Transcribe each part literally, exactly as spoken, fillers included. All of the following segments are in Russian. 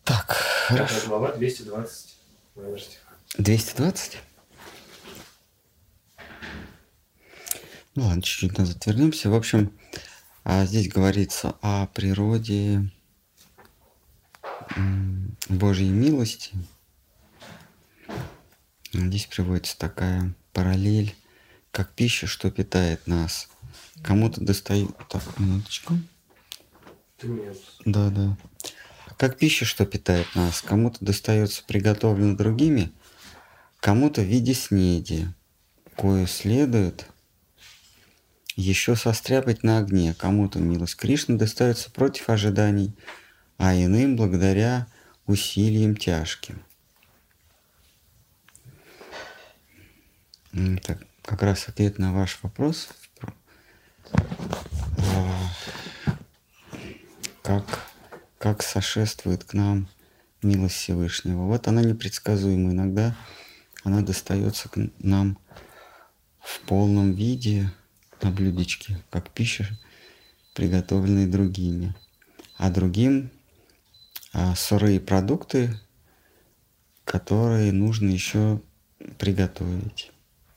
Так, Пятая хорошо. глава, двести двадцать номер стиха. двести двадцать? Ну ладно, чуть-чуть назад вернемся. В общем, а здесь говорится о природе м, Божьей милости. Здесь приводится такая параллель, как пища, что питает нас. Кому-то достает... Так, минуточку. Ты меня... Да, да. Как пища, что питает нас. Кому-то достается приготовлено другими, кому-то в виде снеди, кою следует еще состряпать на огне. Кому-то милость Кришны достается против ожиданий, а иным благодаря усилиям тяжким. Это как раз ответ на ваш вопрос. Как, как сошествует к нам милость Всевышнего. Вот она непредсказуема. Иногда она достается к нам в полном виде на блюдечке, как пища, приготовленная другими. А другим а, сырые продукты, которые нужно еще приготовить.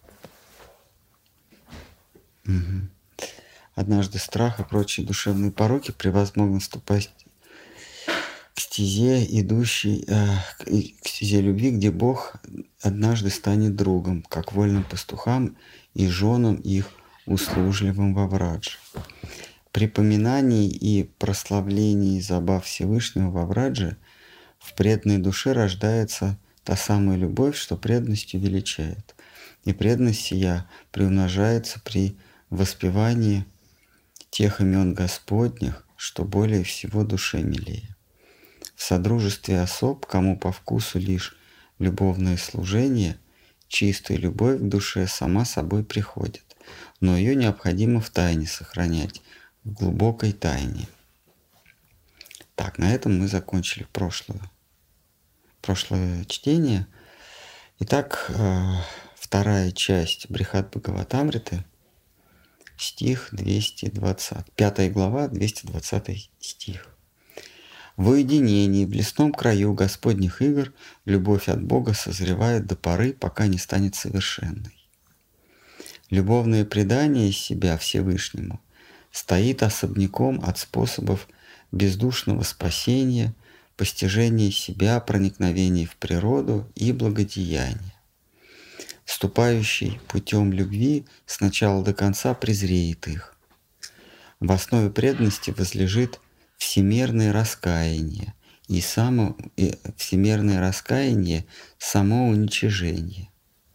Угу. Однажды страх и прочие душевные пороки превозмогут ступать к стезе, идущей э, к стезе любви, где Бог однажды станет другом, как вольным пастухам и женам их услужливым во Врадже. При поминании и прославлении забав Всевышнего во Врадже в преданной душе рождается та самая любовь, что преданностью величает. И преданность сия приумножается при воспевании тех имен Господних, что более всего душе милее. В содружестве особ, кому по вкусу лишь любовное служение, чистая любовь к душе сама собой приходит, но ее необходимо в тайне сохранять, в глубокой тайне. Так, на этом мы закончили прошлое, прошлое чтение. Итак, вторая часть Брихат-Бхагаватамриты, стих двести двадцать, пятая глава, двести двадцатый стих. В уединении, в лесном краю Господних игр любовь от Бога созревает до поры, пока не станет совершенной. Любовное предание себя Всевышнему стоит особняком от способов бездушного спасения, постижения себя, проникновения в природу и благодеяния. Вступающий путем любви сначала до конца презреет их. В основе преданности возлежит всемерное раскаяние и само, и всемерное раскаяние – самоуничижение.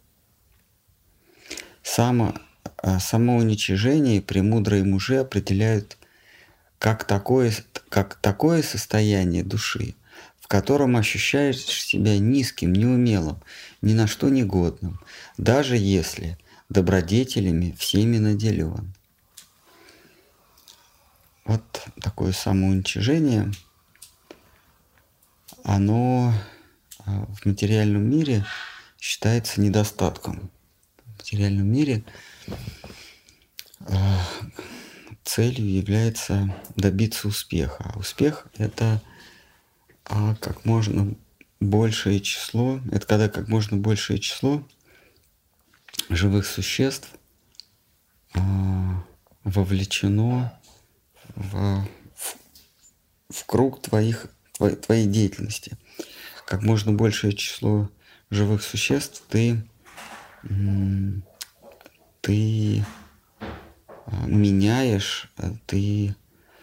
Само, самоуничижение премудрые мужи определяют как такое, как такое состояние души, в котором ощущаешь себя низким, неумелым, ни на что негодным, даже если добродетелями всеми наделен. Вот такое самоуничижение, оно в материальном мире считается недостатком. В материальном мире целью является добиться успеха. А успех – это как можно большее число, это когда как можно большее число живых существ вовлечено в, в, в круг твоих, твоей, твоей деятельности. Как можно большее число живых существ ты, ты меняешь, ты,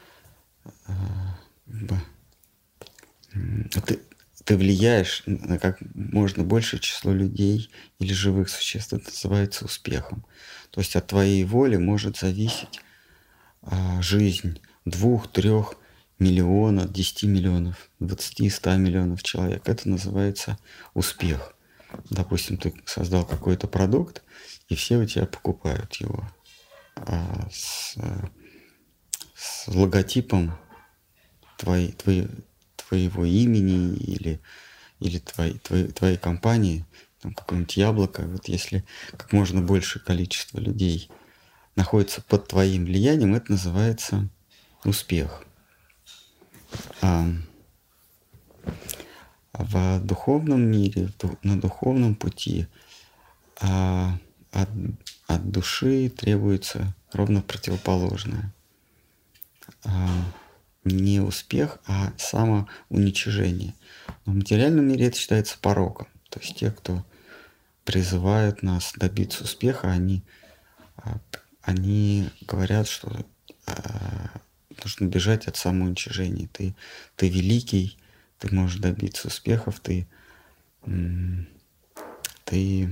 ты, ты влияешь на как можно большее число людей или живых существ. Это называется успехом. То есть от твоей воли может зависеть жизнь двух, трех миллионов, десяти миллионов, двадцати, ста миллионов человек. Это называется успех. Допустим, ты создал какой-то продукт, и все у тебя покупают его а с, с логотипом твоей, твоей, твоего имени или, или твоей, твоей, твоей компании, там какое-нибудь яблоко. Вот если как можно большее количество людей находится под твоим влиянием, это называется успех. А, в духовном мире, на духовном пути а, от, от души требуется ровно противоположное. А, не успех, а самоуничижение. Но в материальном мире это считается пороком. То есть те, кто призывают нас добиться успеха, они, они говорят, что нужно бежать от самоуничижения. Ты, ты великий, ты можешь добиться успехов, ты, ты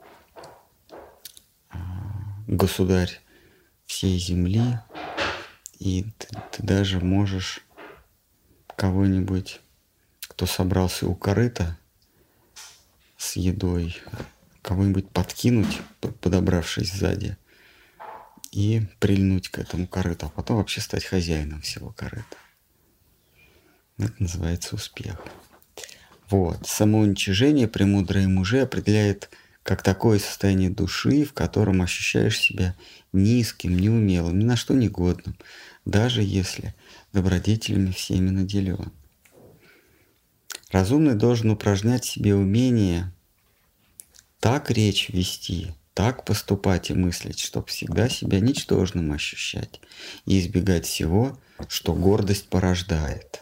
государь всей земли, и ты, ты даже можешь кого-нибудь, кто собрался у корыта с едой, кого-нибудь подкинуть, подобравшись сзади, и прильнуть к этому корыту, а потом вообще стать хозяином всего корыта. Это называется успех. Вот. Самоуничижение премудрые мужи определяет как такое состояние души, в котором ощущаешь себя низким, неумелым, ни на что негодным, даже если добродетелями всеми наделен. Разумный должен упражнять в себе умение так речь вести, так поступать и мыслить, чтобы всегда себя ничтожным ощущать и избегать всего, что гордость порождает.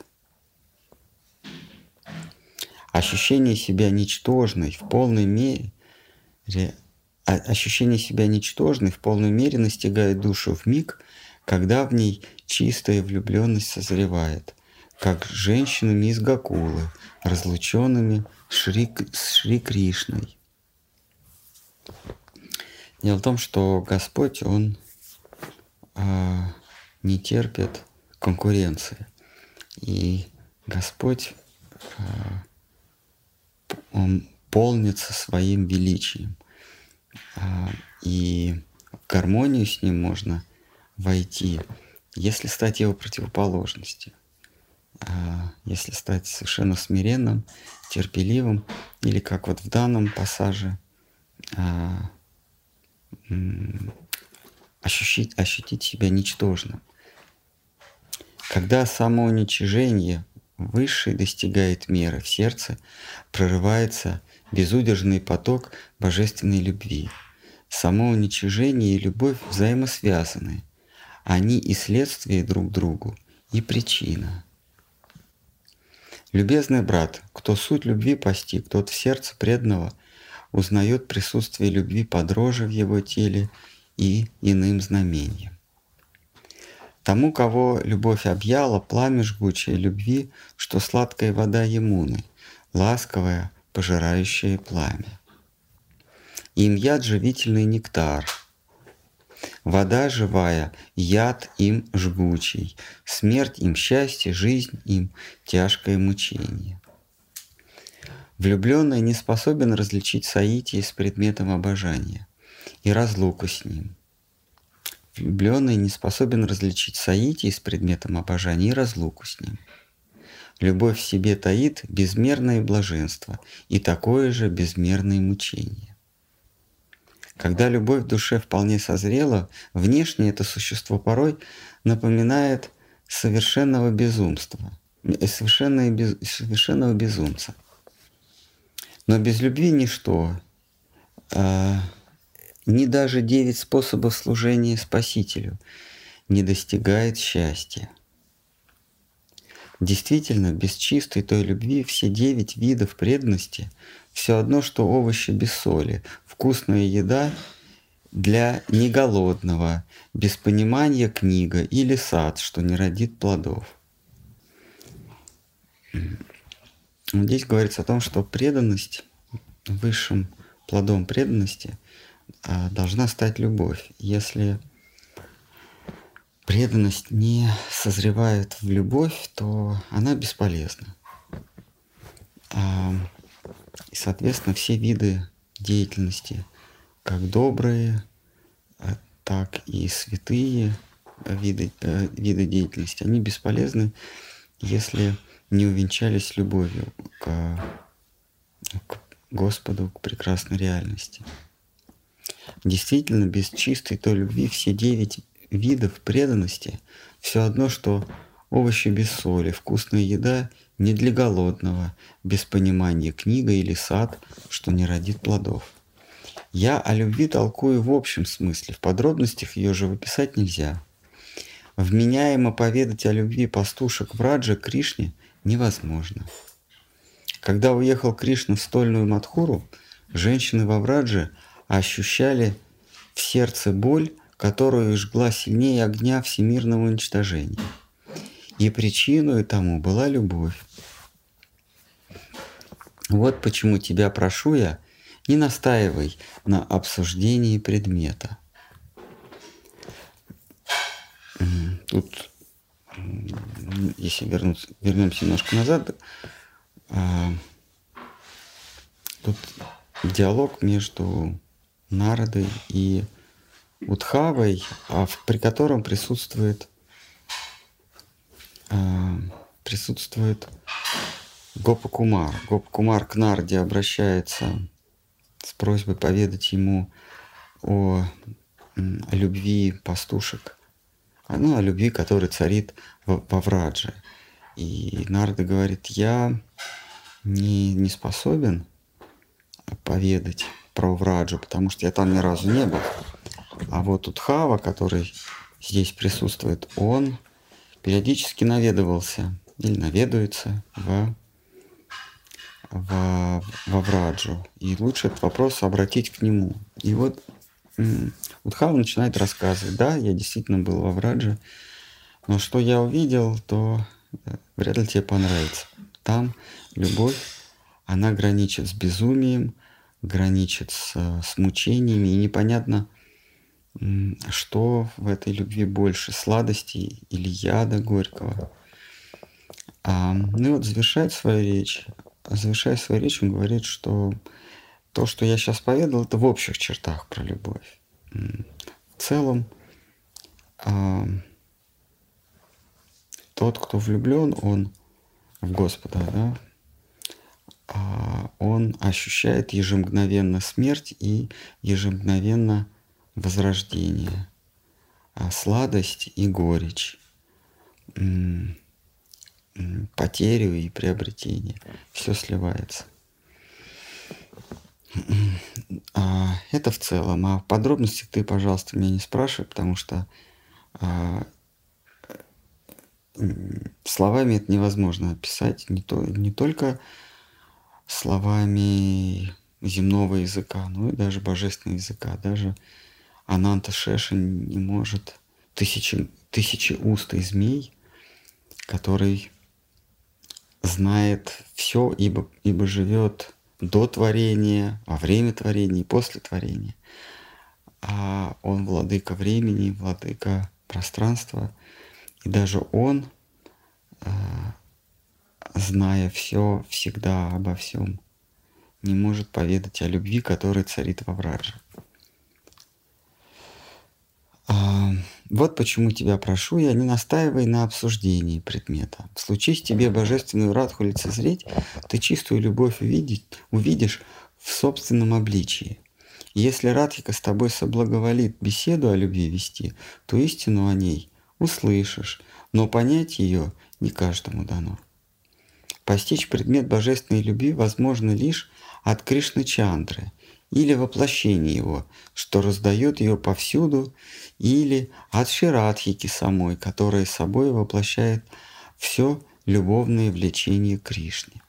Ощущение себя ничтожной в полной мере, ощущение себя ничтожной в полной мере настигает душу в миг, когда в ней чистая влюбленность созревает, как с женщинами из Гокулы, разлученными Шри, с Шри Кришной. Дело в том, что Господь, Он э, не терпит конкуренции. И Господь, э, Он полнится своим величием. Э, и в гармонию с Ним можно войти, если стать Его противоположностью. Э, если стать совершенно смиренным, терпеливым, или как вот в данном пассаже, э, Ощутить, ощутить себя ничтожным. Когда самоуничижение высшее достигает меры, в сердце прорывается безудержный поток божественной любви. Самоуничижение и любовь взаимосвязаны. Они и следствие друг другу, и причина. Любезный брат, кто суть любви постиг, тот в сердце преданного узнает присутствие любви по дрожи в его теле и иным знамением. Тому, кого любовь объяла, пламя жгучее любви, что сладкая вода Ямуны, ласковое, пожирающее пламя. Им яд живительный нектар, вода живая, яд им жгучий, смерть им счастье, жизнь им тяжкое мучение. Влюбленный не способен различить соитие с предметом обожания и разлуку с ним. Влюбленный не способен различить соитие с предметом обожания и разлуку с ним. Любовь в себе таит безмерное блаженство и такое же безмерное мучение. Когда любовь в душе вполне созрела, внешне это существо порой напоминает совершенного безумства, совершенного, без, совершенного безумца. Но без любви ничто, а, ни даже девять способов служения Спасителю не достигает счастья. Действительно, без чистой той любви все девять видов преданности все одно, что овощи без соли, вкусная еда для неголодного, без понимания книга или сад, что не родит плодов. Здесь говорится о том, что преданность, высшим плодом преданности должна стать любовь. Если преданность не созревает в любовь, то она бесполезна. И, соответственно, все виды деятельности, как добрые, так и святые виды, виды деятельности, они бесполезны, если не увенчались любовью к, к Господу, к прекрасной реальности. Действительно, без чистой той любви все девять видов преданности все одно, что овощи без соли, вкусная еда не для голодного, без понимания книга или сад, что не родит плодов. Я о любви толкую в общем смысле, в подробностях ее же выписать нельзя. Вменяемо поведать о любви пастушек Враджа Кришне невозможно. Когда уехал Кришна в стольную Мадхуру, женщины во Врадже ощущали в сердце боль, которую жгла сильнее огня всемирного уничтожения. И причиной тому была любовь. Вот почему тебя прошу я, не настаивай на обсуждении предмета. Тут, если вернуться, вернемся немножко назад, тут диалог между Нарадой и Удхавой, при котором присутствует, присутствует Гопакумар. Гопакумар к Нарде обращается с просьбой поведать ему о, о любви пастушек, ну, о любви, которая царит во, во Врадже. И Нарда говорит: я не, не способен поведать про Враджу, потому что я там ни разу не был. А вот Удхава, который здесь присутствует, он периодически наведывался или наведуется в, в, во Враджу. И лучше этот вопрос обратить к нему. И вот Удхава начинает рассказывать: да, я действительно был во Врадже, но что я увидел, то вряд ли тебе понравится. Там любовь, она граничит с безумием, граничит с, с мучениями, и непонятно, что в этой любви больше, сладости или яда горького. А, ну и вот завершает свою речь, завершая свою речь, он говорит, что то, что я сейчас поведал, это в общих чертах про любовь. В целом, а, тот, кто влюблен, он в Господа, да, а, он ощущает ежемгновенно смерть и ежемгновенно возрождение, а сладость и горечь, потерю и приобретение. Все сливается. Это в целом. А в подробностях ты, пожалуйста, меня не спрашивай, потому что а, словами это невозможно описать. Не, то, не только словами земного языка, но и даже божественного языка. Даже Ананта Шеша не может, тысячи, тысячи уст и змей, который знает все, ибо, ибо живет до творения, во время творения и после творения. А он владыка времени, владыка пространства. И даже он, зная все, всегда обо всем, не может поведать о любви, которая царит во Врадже. Вот почему тебя прошу я, не настаивай на обсуждении предмета. Случись тебе божественную радху лицезреть, ты чистую любовь увидеть, увидишь в собственном обличии. Если Радхика с тобой соблаговолит беседу о любви вести, то истину о ней услышишь, но понять ее не каждому дано. Постичь предмет божественной любви возможно лишь от Кришны Чандры или воплощения его, что раздает ее повсюду, или от Ширадхики самой, которая собой воплощает все любовное влечение к Кришне.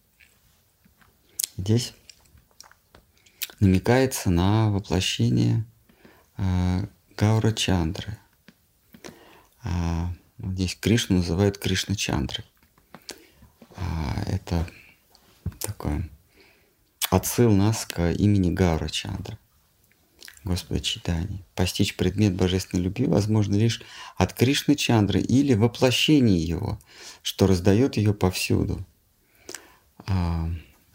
Здесь намекается на воплощение э, Гаура Чандры. А, здесь Кришну называют Кришна Чандрой. А, это такой отсыл нас к имени Гаура Чандра, Господа Чайтаньи. Постичь предмет божественной любви возможно лишь от Кришны Чандры или воплощения его, что раздает ее повсюду. А,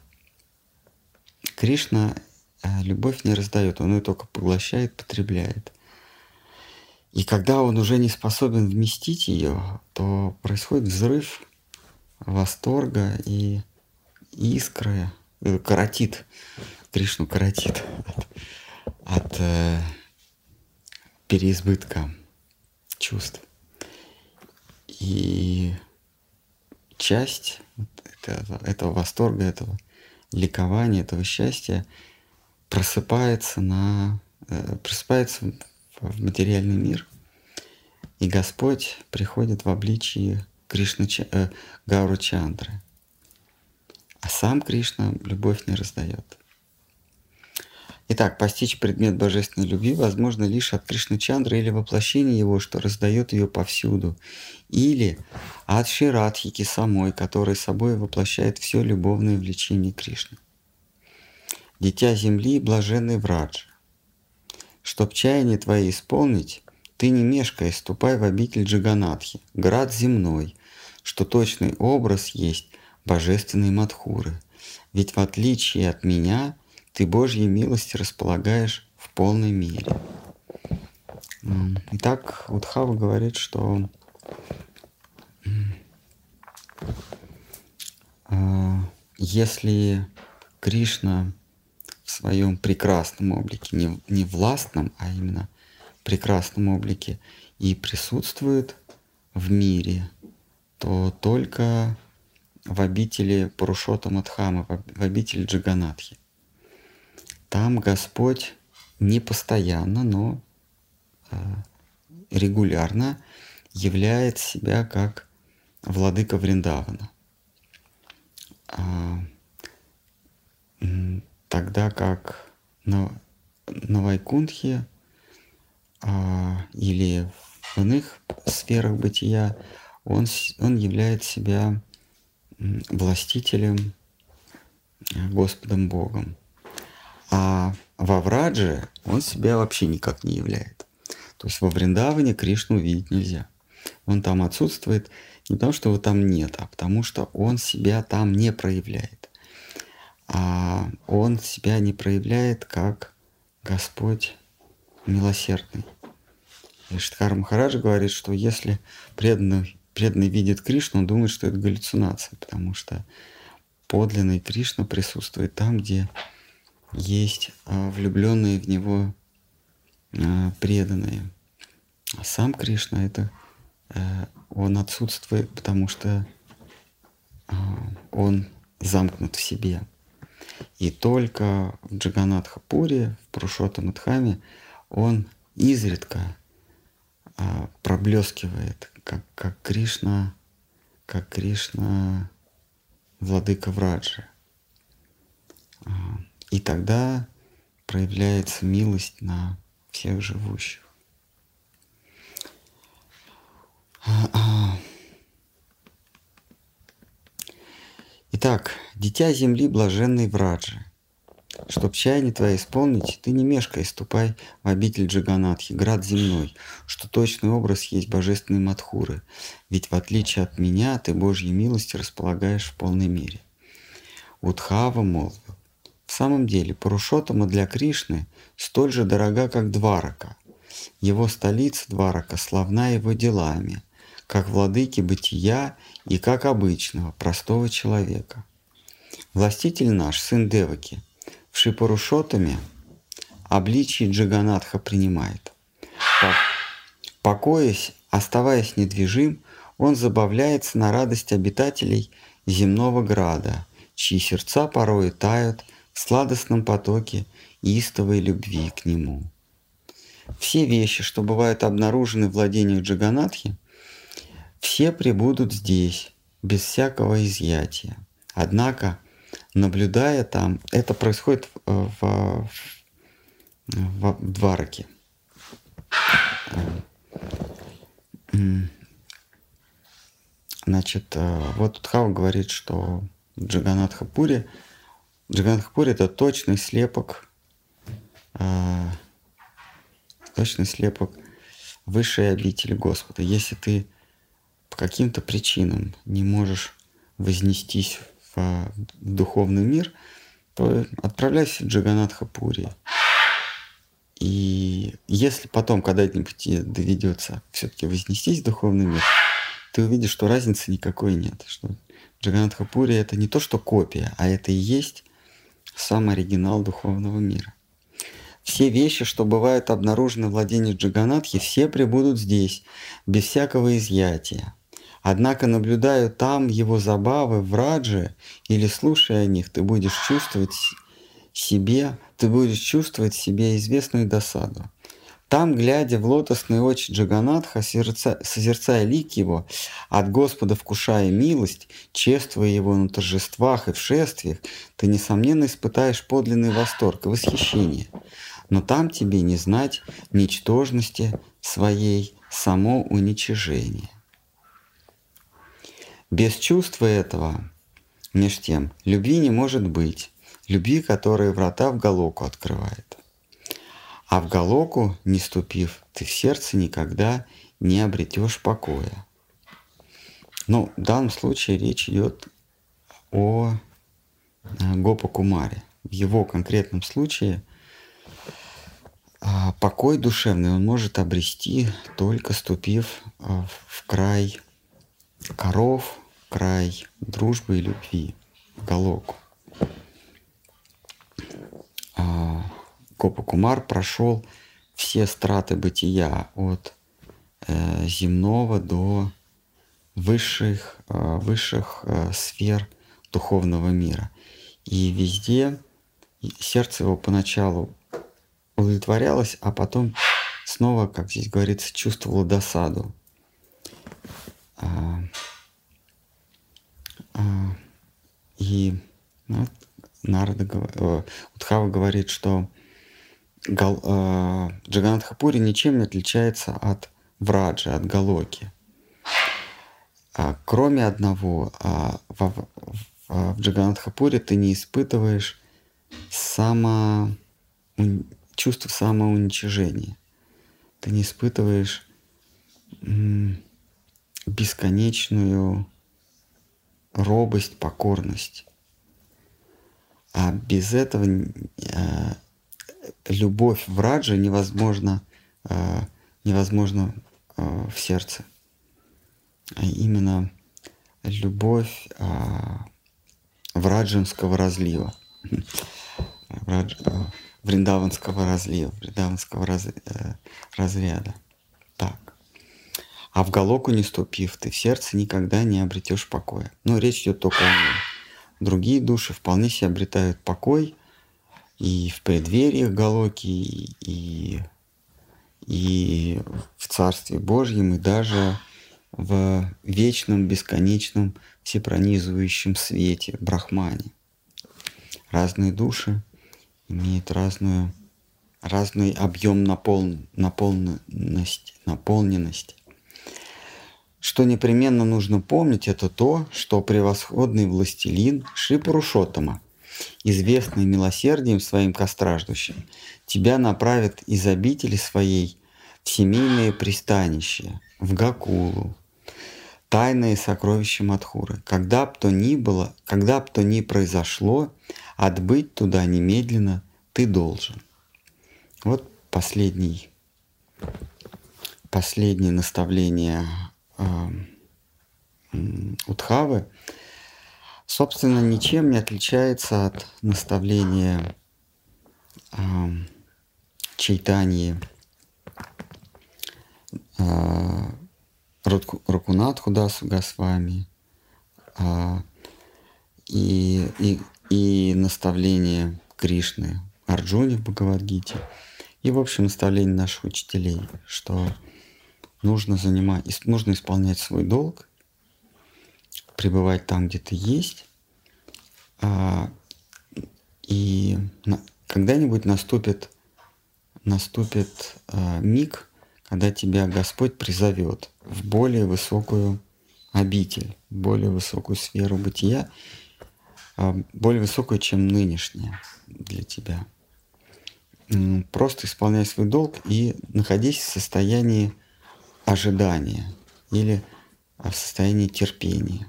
Кришна любовь не раздает, он ее только поглощает, потребляет. И когда он уже не способен вместить ее, то происходит взрыв восторга и искры, каратит, Кришну каратит от, от э, переизбытка чувств. И часть этого, этого восторга, этого ликования, этого счастья просыпается, на, э, просыпается в, в материальный мир. И Господь приходит в обличии Кришны, э, Гауры Чандры. А сам Кришна любовь не раздает. Итак, постичь предмет божественной любви возможно лишь от Кришны Чандры или воплощения его, что раздает ее повсюду, или от Шри Радхики самой, которая собой воплощает все любовное влечение Кришны. Дитя земли, блаженный Враджа, чтоб чаяние твои исполнить, ты не мешкай, ступай в обитель Джаганатхи, град земной, что точный образ есть божественной Мадхуры. Ведь в отличие от меня, ты Божьей милости располагаешь в полной мере. Итак, Удхава говорит, что если Кришна в своем прекрасном облике, не, не властном, а именно прекрасном облике и присутствует в мире, то только в обители Пурушоттама Дхамы, в обители Джаганатхи. Там Господь не постоянно, но э, регулярно являет себя как владыка Вриндавана. А, тогда как на, на Вайкунтхе а, или в иных сферах бытия он, он являет себя властителем, Господом Богом. А во Врадже он себя вообще никак не являет. То есть во Вриндаване Кришну увидеть нельзя. Он там отсутствует не потому, что его там нет, а потому что он себя там не проявляет. А он себя не проявляет как Господь милосердный. И Шридхар Махарадж говорит, что если преданный, преданный видит Кришну, он думает, что это галлюцинация, потому что подлинный Кришна присутствует там, где есть влюбленные в него преданные. А сам Кришна это он отсутствует, потому что он замкнут в себе. И только в Джаганатха-пуре, в Пурушоттама Дхаме, он изредка проблескивает, как, как Кришна, как Кришна, владыка Враджи. И тогда проявляется милость на всех живущих. Итак, дитя земли, блаженный Враджи, чтоб чаяние твое исполнить, ты не мешкай, ступай в обитель Джаганатхи, град земной, что точный образ есть божественной Мадхуры, ведь в отличие от меня ты Божьей милости располагаешь в полной мере. Удхава молвил: в самом деле Пурушоттама для Кришны столь же дорога, как Дварака. Его столица Дварака славна его делами, как владыки бытия и как обычного, простого человека. Властитель наш, сын Деваки, в Шри-Пурушоттаме обличие Джаганатха принимает. Покоясь, оставаясь недвижим, он забавляется на радость обитателей земного града, чьи сердца порой тают в сладостном потоке истовой любви к нему. Все вещи, что бывают обнаружены в владениях Джаганатхи, все пребудут здесь, без всякого изъятия. Однако, наблюдая там, это происходит в, в, в, в Двараке. Значит, вот Удхава говорит, что в Джаганатха-пуре, Джаганатха-пуре это точный слепок, точный слепок высшей обители Господа. Если ты по каким-то причинам не можешь вознестись в, в духовный мир, то отправляйся в Джаганатха-пури. И если потом когда-нибудь тебе доведется все-таки вознестись в духовный мир, ты увидишь, что разницы никакой нет. Что Джаганатха-пури это не то, что копия, а это и есть сам оригинал духовного мира. Все вещи, что бывают обнаружены в владении Джаганатхи, все пребудут здесь, без всякого изъятия. Однако, наблюдая там его забавы в раджи или слушая о них, ты будешь чувствовать себе, ты будешь чувствовать в себе известную досаду. Там, глядя в лотосные очи Джаганатха, созерца- созерцая лик его, от Господа вкушая милость, чествуя его на торжествах и в шествиях, ты, несомненно, испытаешь подлинный восторг и восхищение. Но там тебе не знать ничтожности своей самоуничижения. Без чувства этого, меж тем, любви не может быть, любви, которая врата в Галоку открывает. А в Галоку, не ступив, ты в сердце никогда не обретешь покоя. Ну, в данном случае речь идет о Гопа Кумаре. В его конкретном случае покой душевный он может обрести, только ступив в край коров, край дружбы и любви, в Галоку. Гопа Кумар прошел все страты бытия от э, земного до высших, э, высших э, сфер духовного мира. И везде сердце его поначалу удовлетворялось, а потом снова, как здесь говорится, чувствовало досаду. А, а, и ну, Нарада, Удхава говорит, что Гал, э, Джаганатха Пури ничем не отличается от Враджи, от Галоки. А, кроме одного, а, в, в, в Джаганатха Пури ты не испытываешь само, чувство самоуничижения. Ты не испытываешь м, бесконечную робость, покорность. А без этого э, любовь в раджа невозможно, э, невозможно э, в сердце. А именно любовь э, враджанского разлива, Врадж, э, вриндаванского разлива, вриндаванского раз, э, разряда. Так. А в Галоку не ступив, ты в сердце никогда не обретешь покоя. Но речь идет только о нем. Другие души вполне себе обретают покой и в преддвериях Галоки, и, и в Царстве Божьем, и даже в вечном, бесконечном, всепронизывающем свете, Брахмане. Разные души имеют разную, разный объем напол, наполненности, наполненности. Что непременно нужно помнить, это то, что превосходный властелин Шри Пурушоттама, известный милосердием своим ко страждущим, тебя направит из обители своей в семейное пристанище, в Гакулу, тайные сокровища Мадхуры. Когда б то ни было, когда б то ни произошло, отбыть туда немедленно ты должен. Вот последний, последнее наставление Удхавы, собственно, ничем не отличается от наставления э, Чайтаньи э, Ракунатху Дасу Госвами э, и, и, и наставление Кришны Арджуне в Бхагавад-гите, и, в общем, наставление наших учителей, что нужно, занимать, нужно исполнять свой долг, пребывать там, где ты есть, а, и на, когда-нибудь наступит, наступит а, миг, когда тебя Господь призовет в более высокую обитель, в более высокую сферу бытия, а, более высокую, чем нынешняя для тебя. Просто исполняй свой долг и находись в состоянии ожидания или в состоянии терпения.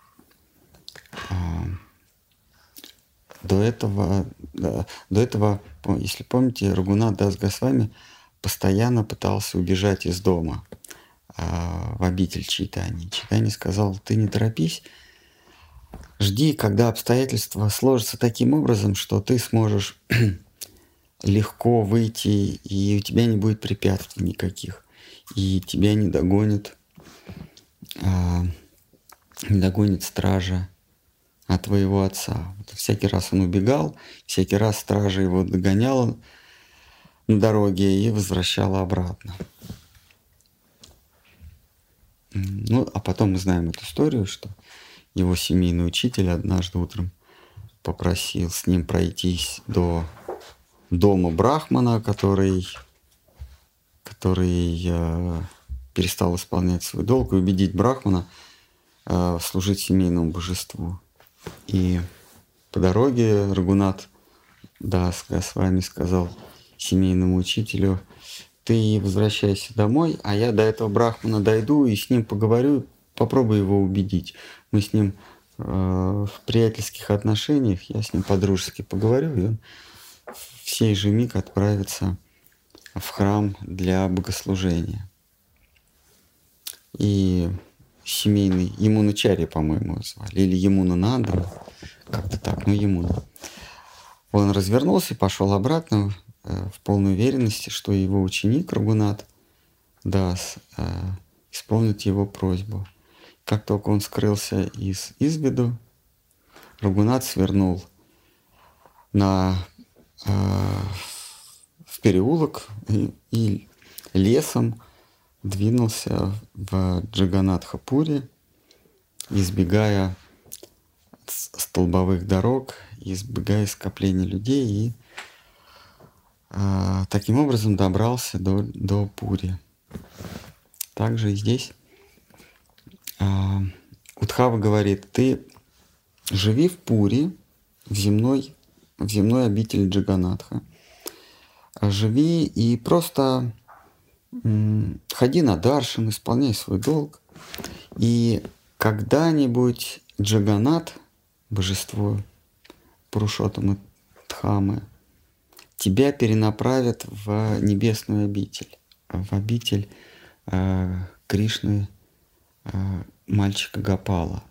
До этого, до этого, если помните, Рагунат Дас Госвами постоянно пытался убежать из дома в обитель Чайтаньи. Чайтанья сказал: ты не торопись, жди, когда обстоятельства сложатся таким образом, что ты сможешь легко выйти, и у тебя не будет препятствий никаких, и тебя не догонят догонит стража от твоего отца. Вот всякий раз он убегал, всякий раз стража его догоняла на дороге и возвращала обратно. Ну, а потом мы знаем эту историю, что его семейный учитель однажды утром попросил с ним пройтись до дома брахмана, который, который э, перестал исполнять свой долг, и убедить брахмана э, служить семейному божеству. И по дороге Рагунат Дас с вами сказал семейному учителю: ты возвращайся домой, а я до этого брахмана дойду и с ним поговорю, попробую его убедить. Мы с ним э, в приятельских отношениях, я с ним по-дружески поговорю, и он в сей же миг отправится в храм для богослужения. И семейный, Ямуначарья, по-моему, его звали, или Ямунананда, как-то так, ну Ямуна. Он развернулся и пошел обратно э, в полной уверенности, что его ученик Рагунат Дас э, исполнит его просьбу. Как только он скрылся из, из виду, Рагунат свернул на, э, в переулок и, и лесом двинулся в Джаганатха-Пури, избегая столбовых дорог, избегая скопления людей, и э, таким образом добрался до, до Пури. Также и здесь э, Удхава говорит: ты живи в Пури, в земной, в земной обители Джаганатха, живи и просто м, ходи на даршан, исполняй свой долг, и когда-нибудь Джаганат, божество Пурушоттамы Дхаммы, тебя перенаправят в небесную обитель, в обитель э, Кришны, э, мальчика Гопала.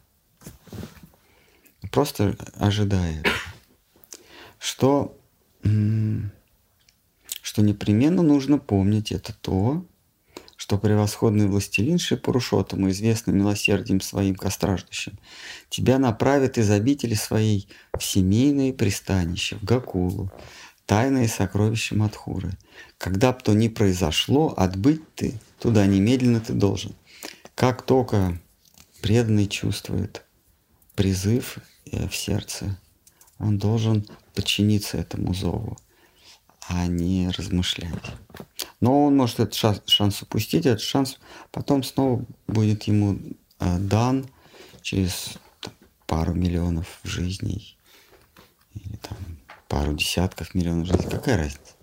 Просто ожидая этого. Что, м- что непременно нужно помнить, это то, что превосходный властелин Шри Пурушоттама, известный милосердием своим ко страждущим, тебя направит из обители своей в семейное пристанище, в Гокулу, тайное сокровище Мадхуры. Когда б то ни произошло, отбыть ты туда немедленно ты должен. Как только преданный чувствует призыв в сердце, он должен подчиниться этому зову, а не размышлять. Но он может этот шанс, шанс упустить, этот шанс потом снова будет ему э, дан через там, пару миллионов жизней или там пару десятков миллионов жизней. Какая разница?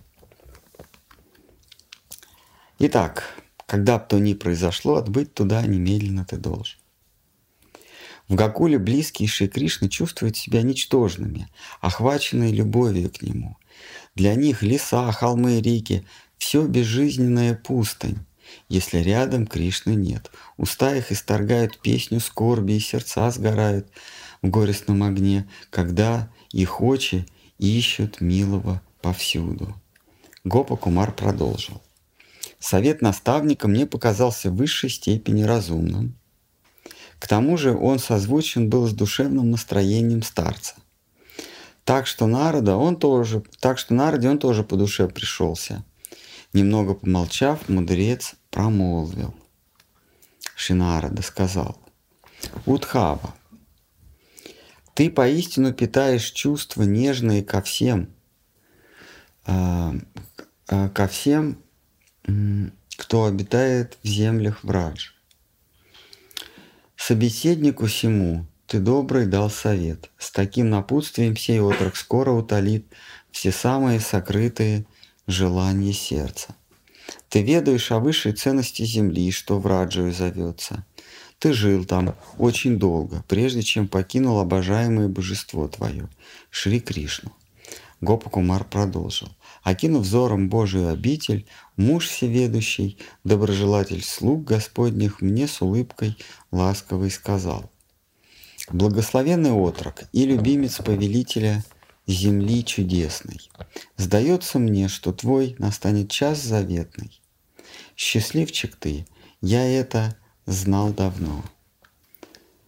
Итак, когда бы то ни произошло, отбыть туда немедленно ты должен. В Гокуле близкие Шри Кришны чувствуют себя ничтожными, охваченные любовью к нему. Для них леса, холмы, реки — все безжизненная пустынь, если рядом Кришны нет. Уста их исторгают песню скорби, и сердца сгорают в горестном огне, когда их очи ищут милого повсюду. Гопа Кумар продолжил. Совет наставника мне показался в высшей степени разумным. К тому же он созвучен был с душевным настроением старца. Так что Нарада он тоже, так что Нараде он тоже по душе пришелся. Немного помолчав, мудрец промолвил. Шри Нарада сказал: Удхава, ты поистину питаешь чувства нежные ко всем, э, э, ко всем, э, кто обитает в землях Врадж. Собеседнику сему ты добрый дал совет. С таким напутствием сей отрок скоро утолит все самые сокрытые желания сердца. Ты ведаешь о высшей ценности земли, что Враджою зовется. Ты жил там очень долго, прежде чем покинул обожаемое божество твое, Шри Кришну. Гопа Кумар продолжил. Окинув взором Божию обитель, муж всеведущий, доброжелатель слуг Господних, мне с улыбкой ласковой сказал: благословенный отрок и любимец повелителя земли чудесной, сдается мне, что твой настанет час заветный. Счастливчик ты, я это знал давно.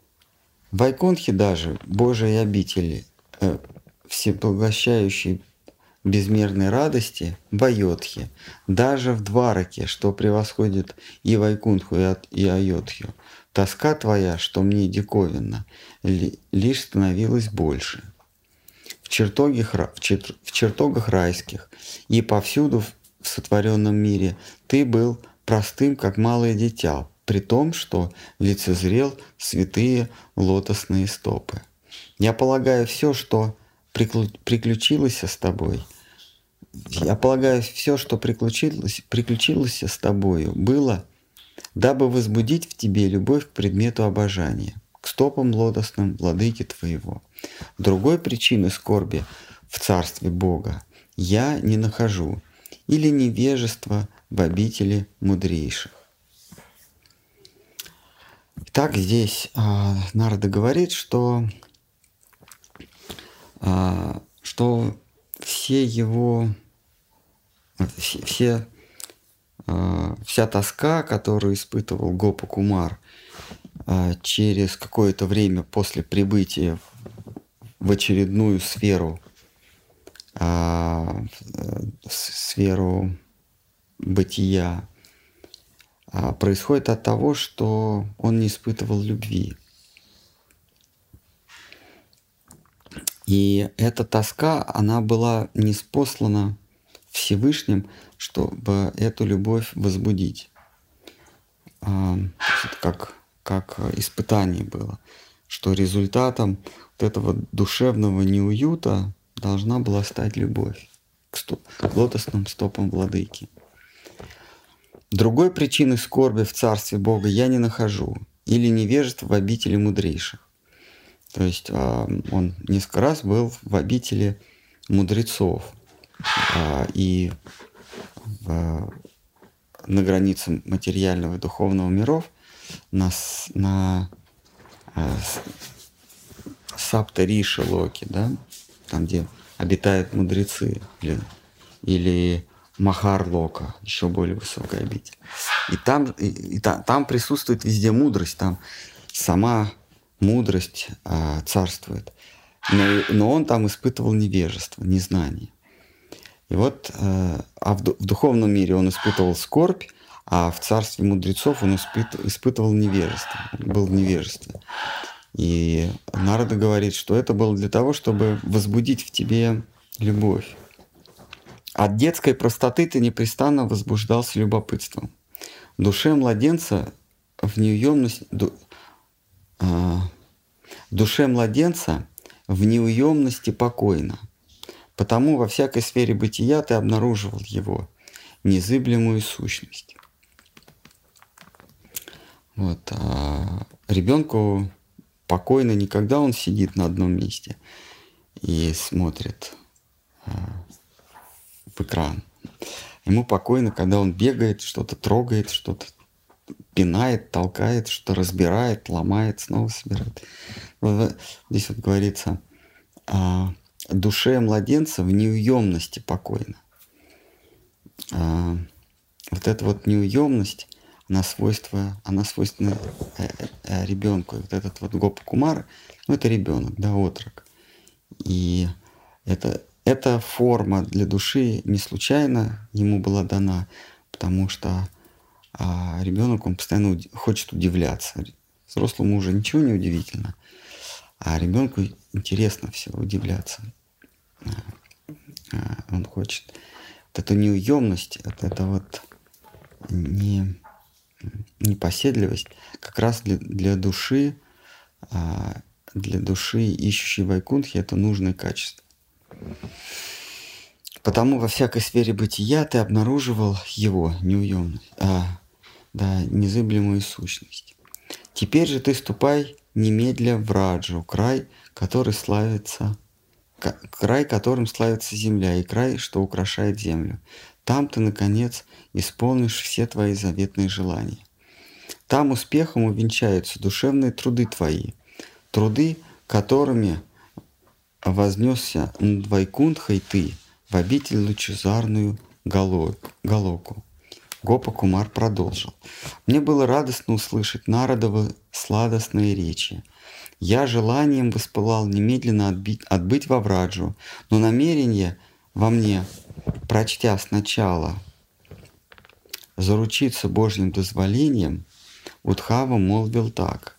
В Вайкунтхе даже, Божией обители, э, всепоглощающей безмерной радости, Байотхе, даже в Двараке, что превосходит и Вайкунтху, и, от, и Айодхью, тоска твоя, что мне диковинна, ли, лишь становилась больше. В, чертоге, в, чер, в чертогах райских и повсюду в, в сотворенном мире ты был простым, как малое дитя, при том, что лицезрел святые лотосные стопы. Я полагаю, все, что приключилось с тобой, я полагаю, все, что приключилось, приключилось с тобою, было, дабы возбудить в тебе любовь к предмету обожания, к стопам лотосным владыки твоего. Другой причины скорби в царстве Бога я не нахожу, или невежество в обители мудрейших. Итак, здесь а, Нарада говорит, что, а, что все его, все, все, а, вся тоска, которую испытывал Гопа Кумар а, через какое-то время после прибытия в очередную сферу, а, в сферу бытия, происходит от того, что он не испытывал любви. И эта тоска, она была ниспослана Всевышним, чтобы эту любовь возбудить. Это как, как испытание было, что результатом вот этого душевного неуюта должна была стать любовь к, стоп, к лотосным стопам владыки. Другой причины скорби в царстве Бога я не нахожу, или невежество в обители мудрейших. То есть он несколько раз был в обители мудрецов и в, на границе материального и духовного миров, на, на Сапта-Риша Локи, да, там, где обитают мудрецы, или, или Махар-Лока, еще более высокая обитель. И там, и, и та, там присутствует везде мудрость, там сама мудрость а, царствует. Но, но он там испытывал невежество, незнание. И вот, а, а в, в духовном мире он испытывал скорбь, а в царстве мудрецов он испыт, испытывал невежество, он был в невежестве. И Нарада говорит, что это было для того, чтобы возбудить в тебе любовь. От детской простоты ты непрестанно возбуждался любопытством. Душе младенца в неуемность, ду, а, душе младенца в неуемности покойно. Потому во всякой сфере бытия ты обнаруживал его незыблемую сущность. Вот, а ребенку покойно не когда он сидит на одном месте и смотрит а, в экран. Ему покойно, когда он бегает, что-то трогает, что-то пинает, толкает, что разбирает, ломает, снова собирает. Вот здесь вот говорится о душе младенца в неуемности покойно. А вот эта вот неуемность, она, свойства, она свойственна ребенку. И вот этот вот Гопа Кумар, ну это ребенок, да, отрок. И это Эта форма для души не случайно ему была дана, потому что а, ребенок, он постоянно уд- хочет удивляться. Взрослому уже ничего не удивительно, а ребенку интересно все удивляться. А, а, он хочет. Вот эту неуемность, вот это вот не, непоседливость как раз для, для души, а, для души, ищущей Вайкунтхи, это нужное качество. Потому во всякой сфере бытия ты обнаруживал его неуемность, а, да, незыблемую сущность. Теперь же ты ступай немедля в Раджу, край, который славится, край, которым славится земля, и край, что украшает землю. Там ты, наконец, исполнишь все твои заветные желания. Там успехом увенчаются душевные труды твои, труды, которыми вознесся над Вайкунтхой ты в обитель лучезарную Галоку. Гопа Кумар продолжил. Мне было радостно услышать Нарадовы сладостные речи. Я желанием воспылал немедленно отбить, отбыть во Враджу, но намерение во мне, прочтя сначала заручиться Божьим дозволением, Удхава молвил так.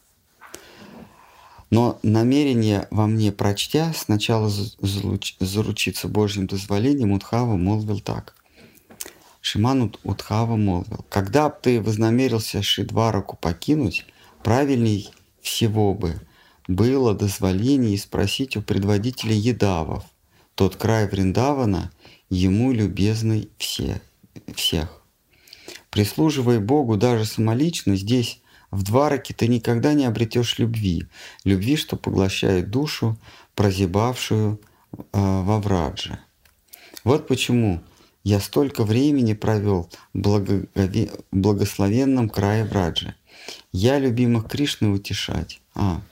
Но намерение во мне прочтя, сначала заручиться Божьим дозволением, Удхава молвил так. Шиман Удхава молвил. Когда б ты вознамерился Шидвараку покинуть, правильней всего бы было дозволение спросить у предводителя Едавов, тот край Вриндавана, ему любезный все, всех. Прислуживая Богу даже самолично, здесь, в Двараке, ты никогда не обретешь любви, любви, что поглощает душу, прозябавшую э, во Врадже. Вот почему я столько времени провел в благогове... благословенном крае Враджи. Я любимых Кришны утешать. А,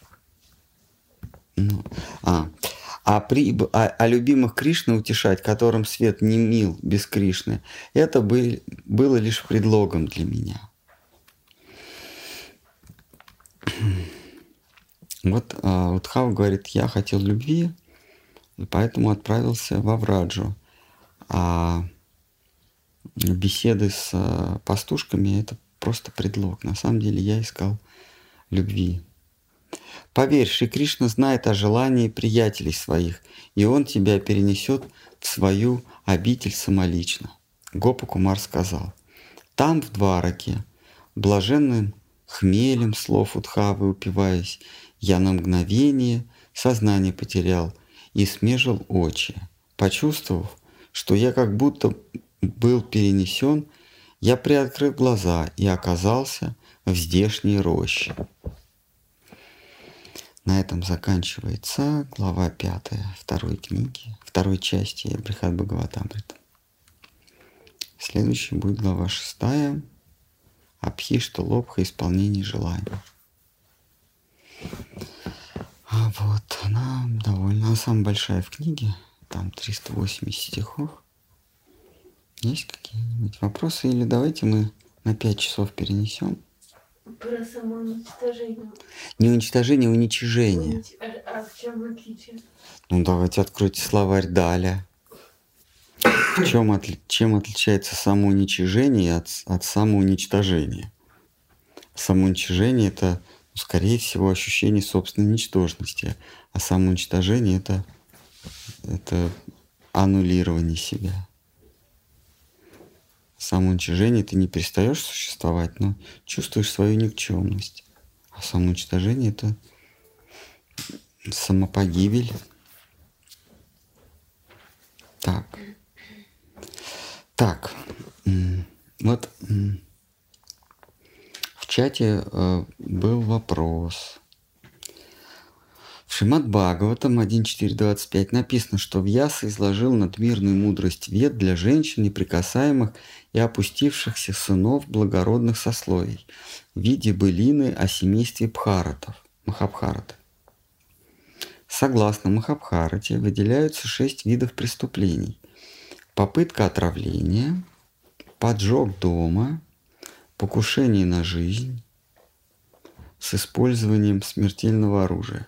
ну, а. А, при, а, а любимых Кришны утешать, которым свет не мил без Кришны, это был, было лишь предлогом для меня. Вот а, Удхава говорит, я хотел любви, и поэтому отправился во Враджу. А беседы с а, пастушками – это просто предлог. На самом деле я искал любви. Поверь, Шри Кришна знает о желании приятелей своих, и он тебя перенесет в свою обитель самолично. Гопа Кумар сказал. Там, в Двараке, блаженным хмелем слов Удхавы упиваясь, я на мгновение сознание потерял и смежил очи. Почувствовав, что я как будто был перенесен, я приоткрыл глаза и оказался в здешней роще. На этом заканчивается глава пятая второй книги, второй части Брихад Бхагаватамрита. Следующей будет глава шестая. Абхишта Лобха, исполнение желаний. А вот она довольно, она самая большая в книге, там триста восемьдесят стихов. Есть какие-нибудь вопросы? Или давайте мы на пять часов перенесем? Про самоуничтожение. Не уничтожение, а уничижение. Унич... А, а в чем отличие? Ну давайте откройте словарь Даля. В чем, отли... Чем отличается самоуничижение от, от самоуничтожения? Самоуничижение – это, скорее всего, ощущение собственной ничтожности, а самоуничтожение – это, это аннулирование себя. Самоуничижение – ты не перестаешь существовать, но чувствуешь свою никчемность. А самоуничтожение – это самопогибель. Так. Так. Вот в чате был вопрос. В Шримад Бхагаватам один четыре двадцать пять написано, что Вьяса изложил надмирную мудрость вед для женщин, неприкасаемых и опустившихся сынов благородных сословий в виде былины о семействе Бхаратов, Махабхараты. Согласно Махабхарате выделяются шесть видов преступлений. Попытка отравления, поджог дома, покушение на жизнь с использованием смертельного оружия,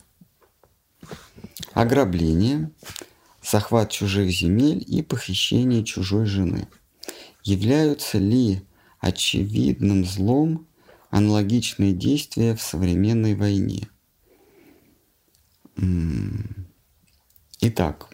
ограбление, захват чужих земель и похищение чужой жены. Являются ли очевидным злом аналогичные действия в современной войне? Итак,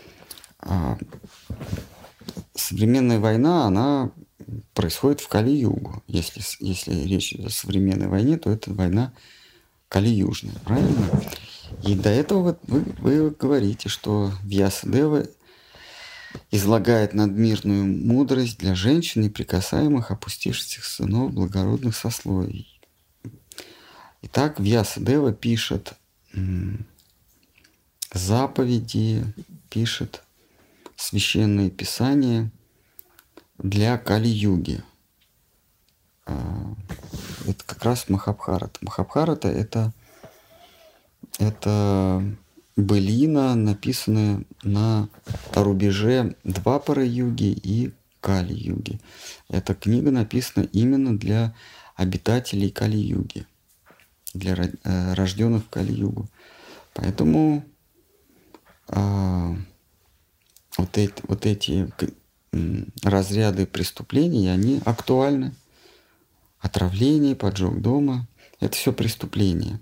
современная война, она происходит в Кали-югу. Если, если речь идет о современной войне, то это война кали-южная, правильно? И до этого вы, вы говорите, что Вьясадева излагает надмирную мудрость для женщин, неприкасаемых, опустившихся сынов благородных сословий. Итак, Вьясадева пишет заповеди, пишет священные писания для Кали-юги. Это как раз Махабхарата. Махабхарата — это, это былина, написанная на рубеже Двапара-юги и Кали-юги. Эта книга написана именно для обитателей Кали-юги. для э, рожденных в Кали-югу. Поэтому э, вот эти, вот эти э, разряды преступлений, они актуальны. Отравление, поджог дома – это все преступления.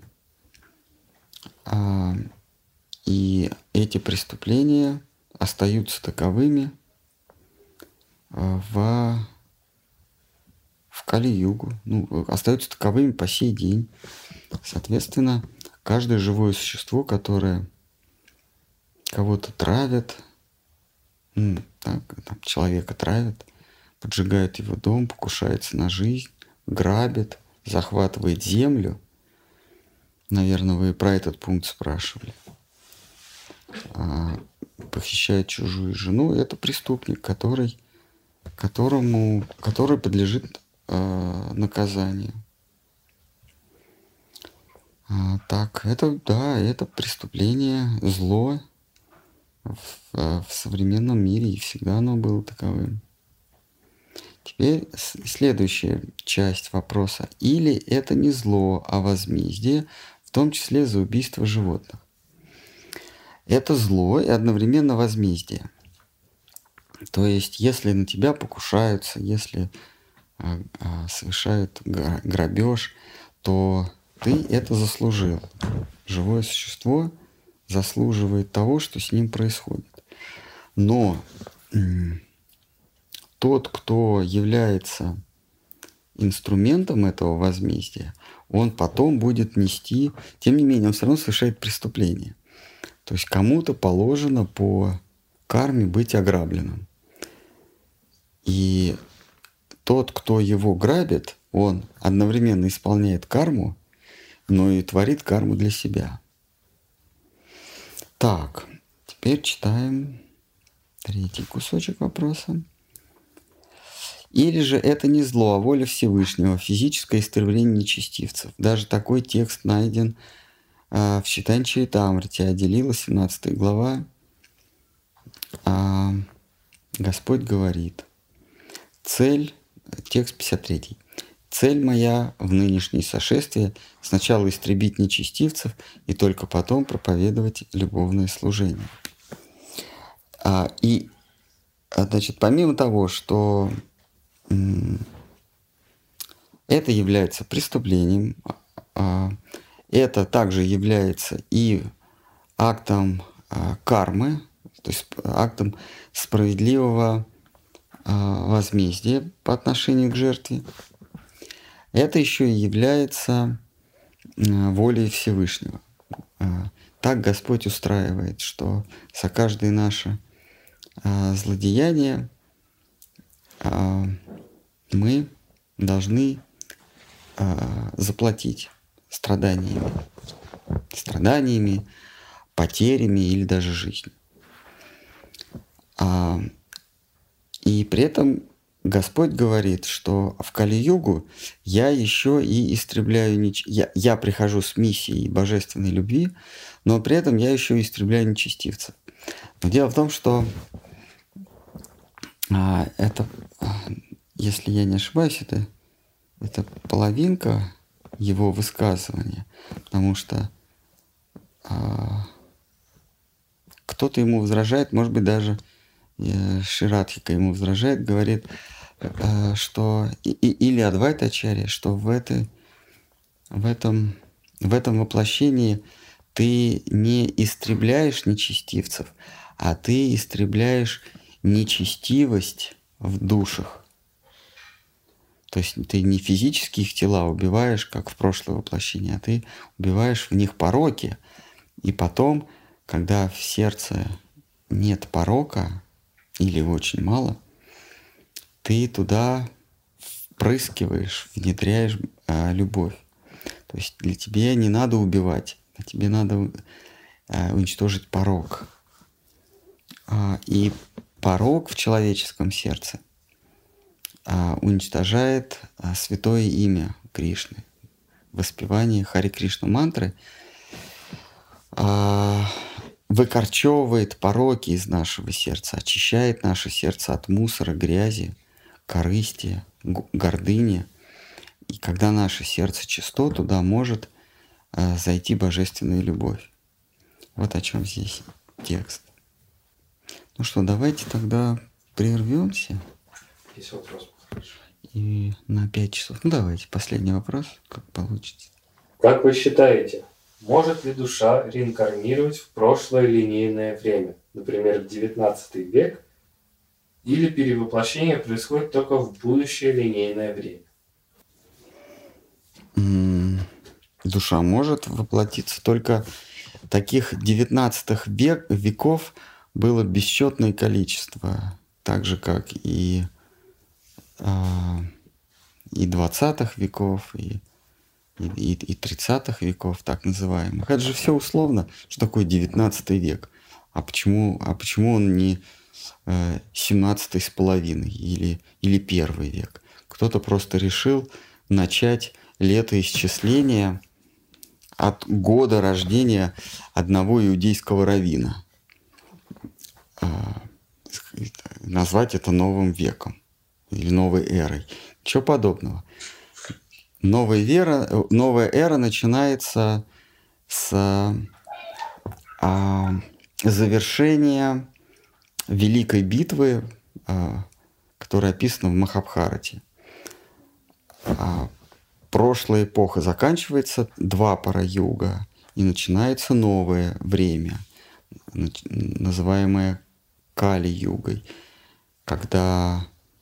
А, и эти преступления остаются таковыми а, в, в Кали-югу, ну, остаются таковыми по сей день. Соответственно, каждое живое существо, которое кого-то травит, ну, так, там, человека травит, поджигает его дом, покушается на жизнь, грабит, захватывает землю. Наверное, вы про этот пункт спрашивали. А, похищает чужую жену. Это преступник, который, которому, который подлежит а, наказанию. А, так, это, да, это преступление, зло в, в современном мире, и всегда оно было таковым. Теперь следующая часть вопроса. Или это не зло, а возмездие, в том числе за убийство животных. Это зло и одновременно возмездие. То есть, если на тебя покушаются, если а, а, совершают грабеж, то ты это заслужил. Живое существо заслуживает того, что с ним происходит. Но тот, кто является инструментом этого возмездия, он потом будет нести, тем не менее, он все равно совершает преступление. То есть кому-то положено по карме быть ограбленным. И тот, кто его грабит, он одновременно исполняет карму, но и творит карму для себя. Так, теперь читаем третий кусочек вопроса. Или же это не зло, а воля Всевышнего, физическое истребление нечестивцев. Даже такой текст найден а, в Чайтанья-чаритамрите, отделила семнадцатая глава. А, Господь говорит, цель, текст пятьдесят третий. Цель моя в нынешнее сошествие сначала истребить нечестивцев и только потом проповедовать любовное служение. А, и, значит, помимо того, что это является преступлением, это также является и актом кармы, то есть актом справедливого возмездия по отношению к жертве. Это еще и является волей Всевышнего. Так Господь устраивает, что за каждое наше злодеяние мы должны э, заплатить страданиями, страданиями, потерями или даже жизнью. А, и при этом Господь говорит, что в Кали-югу я еще и истребляю, неч... я, я прихожу с миссией божественной любви, но при этом я еще и истребляю нечестивцев. Но дело в том, что а, это... Если я не ошибаюсь, это, это половинка его высказывания, потому что а, кто-то ему возражает, может быть, даже э, Ширадхика ему возражает, говорит, э, что и, и, или Адвайта-ачарья, что в, этой, в, этом, в этом воплощении ты не истребляешь нечестивцев, а ты истребляешь нечестивость в душах. То есть ты не физически их тела убиваешь, как в прошлое воплощение, а ты убиваешь в них пороки. И потом, когда в сердце нет порока, или очень мало, ты туда впрыскиваешь, внедряешь а, любовь. То есть для тебя не надо убивать, а тебе надо а, уничтожить порок. А, и порок в человеческом сердце уничтожает святое имя Кришны. Воспевание Хари Кришна мантры выкорчевывает пороки из нашего сердца, очищает наше сердце от мусора, грязи, корысти, гордыни. И когда наше сердце чисто, туда может зайти божественная любовь. Вот о чем здесь текст. Ну что, давайте тогда прервемся. Есть вопрос. И на пять часов. Ну давайте, последний вопрос, как получится. Как вы считаете, может ли душа реинкарнировать в прошлое линейное время, например, в девятнадцатый век, или перевоплощение происходит только в будущее линейное время? М, Душа может воплотиться, только таких девятнадцатых век, веков было бесчетное количество, так же как и, а, и двадцатых веков, и, и, и тридцатых веков, так называемых. Это же все условно, что такое девятнадцатый век. А почему, а почему он не э, семнадцатый с половиной или, или первый век? Кто-то просто решил начать летоисчисление от года рождения одного иудейского раввина. А, назвать это новым веком или новой эрой. Ничего подобного. Новая, вера, новая эра начинается с а, завершения великой битвы, а, которая описана в Махабхарате. А, прошлая эпоха заканчивается, двапара юга, и начинается новое время, называемое Кали-югой, когда,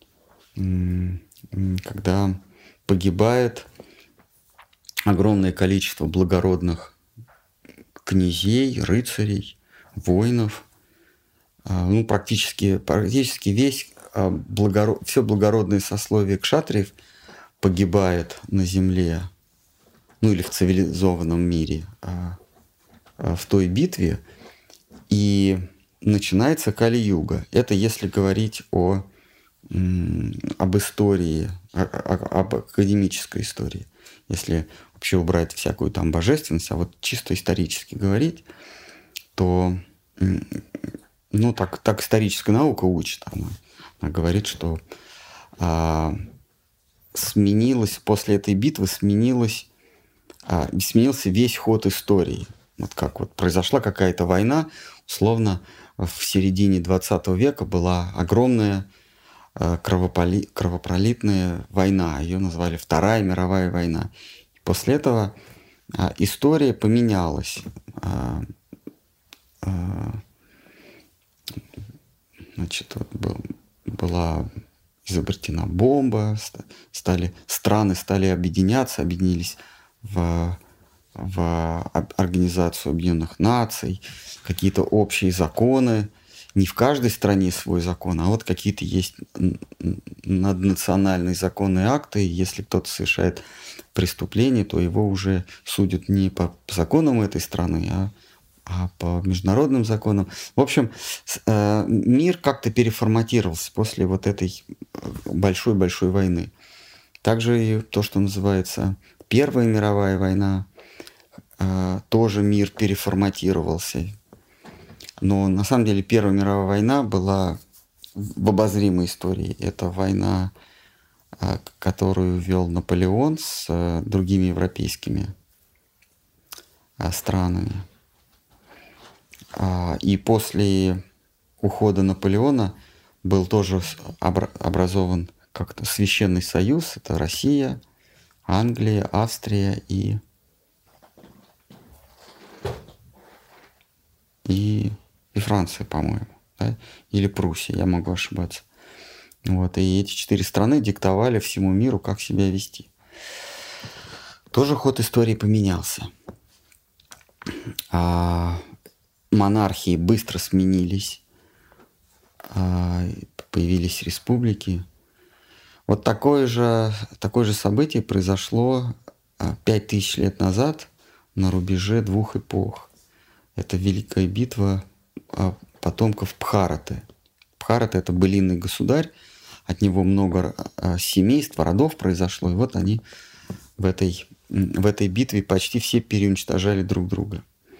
когда погибает огромное количество благородных князей, рыцарей, воинов. Ну, практически, практически весь благород... все благородное сословие кшатриев погибает на земле, ну или в цивилизованном мире, в той битве, и начинается Кали-юга. Это если говорить о, об истории, об академической истории. Если вообще убрать всякую там божественность, а вот чисто исторически говорить, то ну, так, так историческая наука учит. Она, она говорит, что а, сменилось, после этой битвы сменилось, а, сменился весь ход истории. Вот как вот произошла какая-то война, условно, в середине двадцатого века была огромная а, кровополи, кровопролитная война. Ее назвали Вторая мировая война. И после этого а, история поменялась. А, а, значит, вот был, была изобретена бомба, стали, страны стали объединяться, объединились в, в Организацию Объединенных Наций, какие-то общие законы. Не в каждой стране свой закон, а вот какие-то есть наднациональные законные акты. И если кто-то совершает преступление, то его уже судят не по законам этой страны, а а по международным законам. В общем, мир как-то переформатировался после вот этой большой-большой войны. Также и то, что называется Первая мировая война, тоже мир переформатировался. Но на самом деле Первая мировая война была в обозримой истории. Это война, которую вел Наполеон с другими европейскими странами. И после ухода Наполеона был тоже образован как-то Священный Союз. Это Россия, Англия, Австрия и, и, и Франция, по-моему. Да? Или Пруссия, я могу ошибаться. Вот. И эти четыре страны диктовали всему миру, как себя вести. Тоже ход истории поменялся. А монархии быстро сменились, появились республики. Вот такое же, такое же событие произошло пять тысяч лет назад на рубеже двух эпох. Это Великая битва потомков Бхараты. Бхарата — это былинный государь, от него много семейств, родов произошло, и вот они в этой, в этой битве почти все переуничтожали друг друга.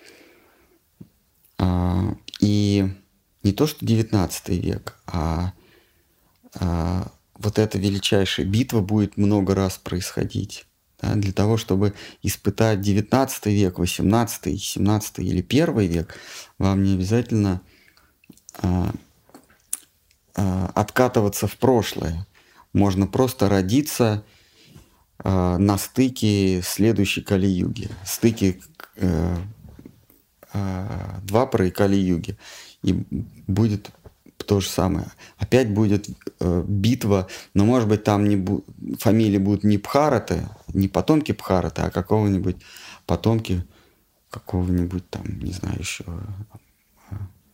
И не то, что девятнадцатый век, а, а вот эта величайшая битва будет много раз происходить. Да, для того, чтобы испытать девятнадцатый век, восемнадцатый, семнадцатый или первый век, вам не обязательно а, а, откатываться в прошлое. Можно просто родиться а, на стыке следующей Кали-юги, стыке а, а, Двапары и Кали-юги. И будет то же самое. Опять будет э, битва, но, может быть, там не бу- фамилии будут не Бхараты, не потомки Бхараты, а какого-нибудь потомки какого-нибудь там, не знаю, еще э,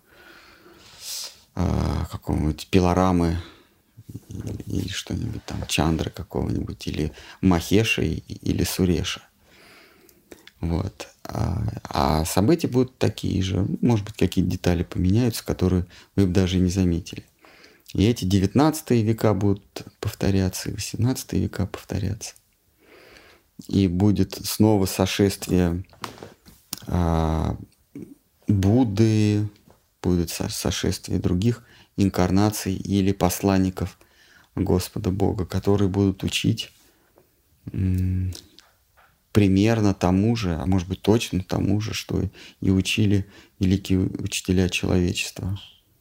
э, какого-нибудь Пиларамы или, или что-нибудь там, Чандры какого-нибудь, или Махеша, или Суреша. Вот. А, а события будут такие же. Может быть, какие-то детали поменяются, которые вы бы даже не заметили. И эти девятнадцатые века будут повторяться, и восемнадцатые века повторяться. И будет снова сошествие а, Будды, будет сошествие других инкарнаций или посланников Господа Бога, которые будут учить м- примерно тому же, а может быть точно тому же, что и учили великие учителя человечества.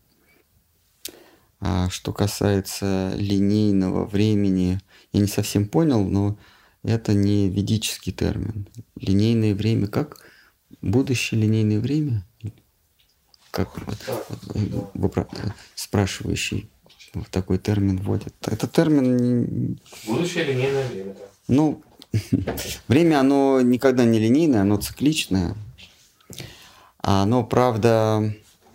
А что касается линейного времени, я не совсем понял, но это не ведический термин. Линейное время как? Будущее линейное время? Как вот, спрашивающий в такой термин вводит? Это термин... Будущее линейное время, да. Ну, время, оно никогда не линейное, оно цикличное. Оно, правда,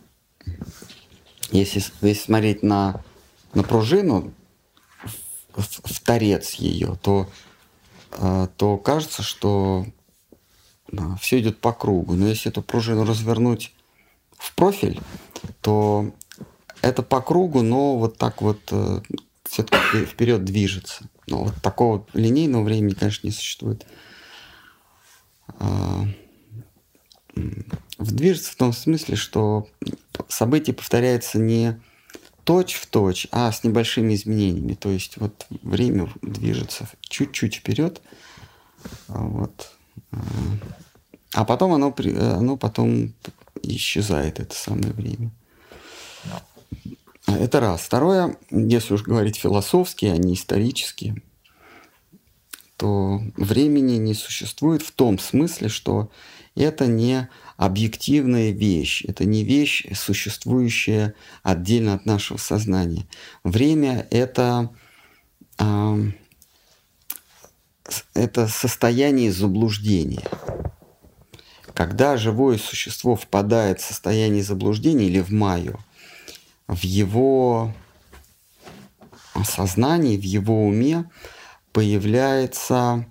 если, если смотреть на, на пружину, в, в торец ее, то, то кажется, что все идет по кругу. Но если эту пружину развернуть в профиль, то это по кругу, но вот так вот все-таки вперед движется. Но вот такого линейного времени, конечно, не существует. Движется в том смысле, что событие повторяется не точь-в-точь, а с небольшими изменениями. То есть вот время движется чуть-чуть вперед, вот. А потом оно, оно потом исчезает, это самое время. Это раз. Второе, если уж говорить философски, а не исторически, то времени не существует в том смысле, что это не объективная вещь, это не вещь, существующая отдельно от нашего сознания. Время — это, э, это состояние заблуждения. Когда живое существо впадает в состояние заблуждения или в майю, в его сознании, в его уме появляется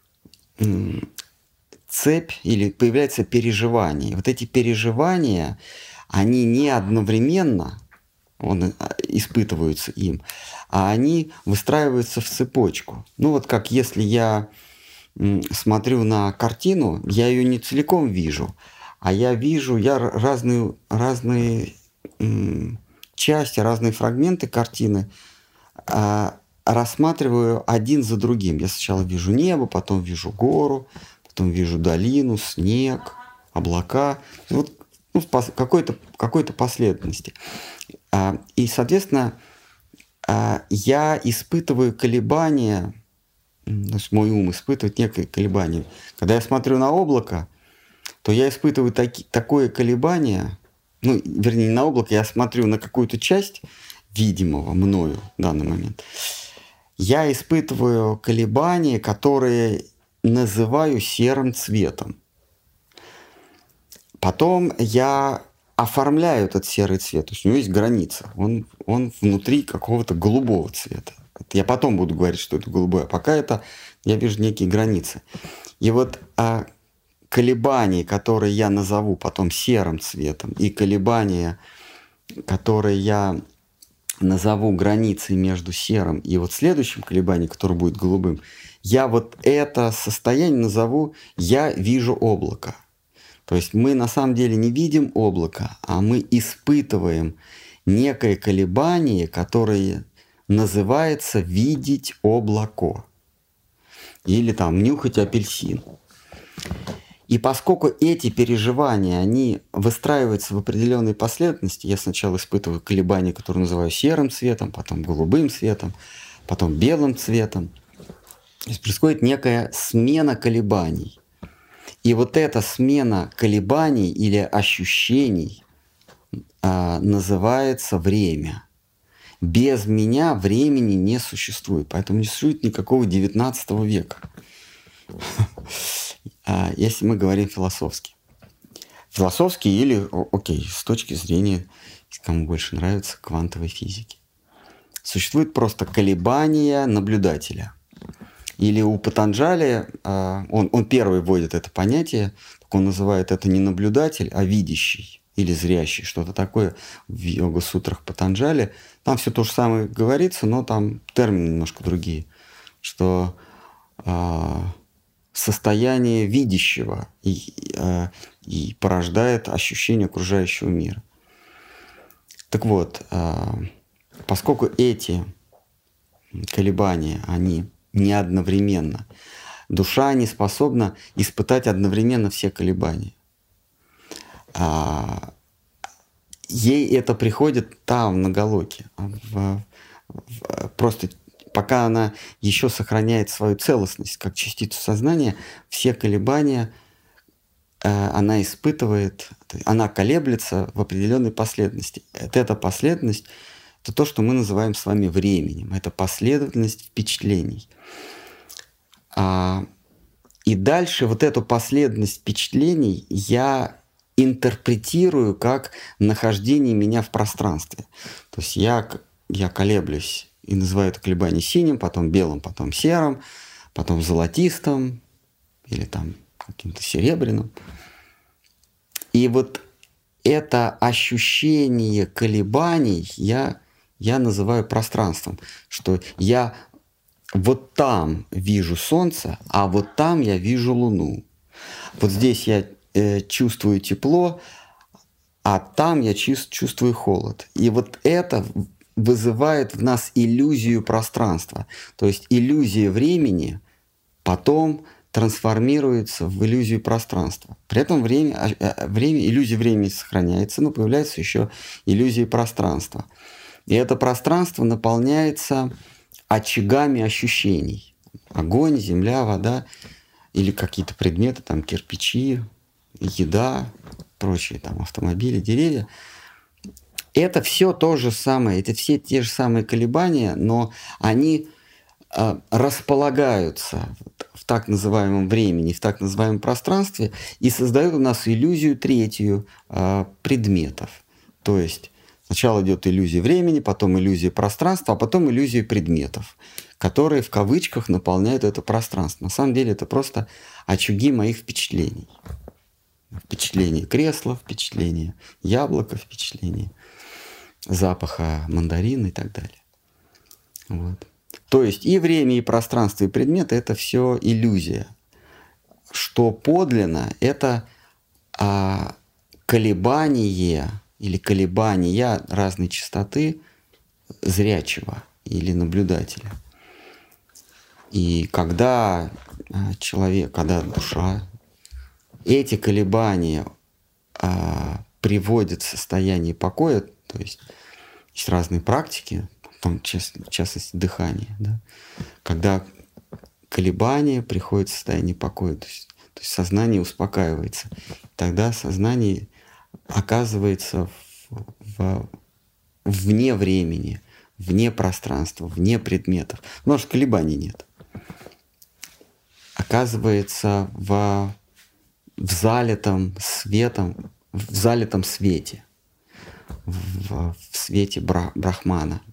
цепь или появляется переживание. Вот эти переживания, они не одновременно он, испытываются им, а они выстраиваются в цепочку. Ну вот как если я смотрю на картину, я ее не целиком вижу, а я вижу я разные, разные м, части, разные фрагменты картины а, рассматриваю один за другим. Я сначала вижу небо, потом вижу гору, потом вижу долину, снег, облака. Вот, ну, в пос- какой-то, какой-то последовательности. А, и, соответственно, а, я испытываю колебания, то есть мой ум испытывает некое колебание. Когда я смотрю на облако, то я испытываю таки, такое колебание, ну, вернее, не на облако, я смотрю на какую-то часть видимого мною в данный момент. Я испытываю колебания, которые называю серым цветом. Потом я оформляю этот серый цвет. То есть у него есть граница. Он, он внутри какого-то голубого цвета. Это я потом буду говорить, что это голубое. А пока это я вижу некие границы. И вот а, колебания, которые я назову потом серым цветом, и колебания, которые я назову границей между серым и вот следующим колебанием, которое будет голубым, я вот это состояние назову «я вижу облако». То есть мы на самом деле не видим облако, а мы испытываем некое колебание, которое называется «видеть облако». или там нюхать апельсин. И поскольку эти переживания, они выстраиваются в определенной последовательности, я сначала испытываю колебания, которые называю серым цветом, потом голубым цветом, потом белым цветом. То есть происходит некая смена колебаний. И вот эта смена колебаний или ощущений а, называется время. Без меня времени не существует, поэтому не существует никакого девятнадцатого века, если мы говорим философски. Философски или, окей, с точки зрения, кому больше нравится, квантовой физики. Существует просто колебания наблюдателя. Или у Патанджали, он, он первый вводит это понятие, он называет это не наблюдатель, а видящий или зрящий, что-то такое в йога-сутрах Патанджали. Там все то же самое говорится, но там термины немножко другие, что э, состояние видящего и, э, и порождает ощущение окружающего мира. Так вот, э, поскольку эти колебания, они не одновременно, душа не способна испытать одновременно все колебания. А, ей это приходит там, на Галоке. В, в, просто пока она еще сохраняет свою целостность как частицу сознания, все колебания э, она испытывает, она колеблется в определенной последовательности. Вот эта последовательность — это то, что мы называем с вами временем. Это последовательность впечатлений. А, и дальше вот эту последовательность впечатлений я интерпретирую как нахождение меня в пространстве. То есть я, я колеблюсь и называю это колебание синим, потом белым, потом серым, потом золотистым или там каким-то серебряным. И вот это ощущение колебаний я, я называю пространством, что я вот там вижу солнце, а вот там я вижу луну. Вот здесь я э, чувствую тепло, а там я чувствую холод. И вот это вызывает в нас иллюзию пространства. То есть иллюзия времени потом трансформируется в иллюзию пространства. При этом время, время, иллюзия времени сохраняется, но появляется еще иллюзия пространства. И это пространство наполняется очагами ощущений. Огонь, земля, вода или какие-то предметы, там кирпичи, еда, прочие там автомобили, деревья. Это все то же самое, это все те же самые колебания, но они э, располагаются в так называемом времени, в так называемом пространстве и создают у нас иллюзию третью э, предметов. То есть сначала идет иллюзия времени, потом иллюзия пространства, а потом иллюзия предметов, которые в кавычках наполняют это пространство. На самом деле это просто очаги моих впечатлений. Впечатление кресла, впечатление яблока, впечатление запаха мандарина и так далее. Вот. То есть и время, и пространство, и предметы — это все иллюзия. Что подлинно — это а, колебание или колебания разной частоты зрячего или наблюдателя. И когда человек, когда душа эти колебания а, приводит в состояние покоя, то есть есть разные практики, там, в частности дыхание, да, когда колебания приходят в состояние покоя, то есть, то есть сознание успокаивается, тогда сознание оказывается в, в, вне времени, вне пространства, вне предметов, потому что колебаний нет. Оказывается в, в залитом светом, в залитом свете, в, в свете бра, брахмана.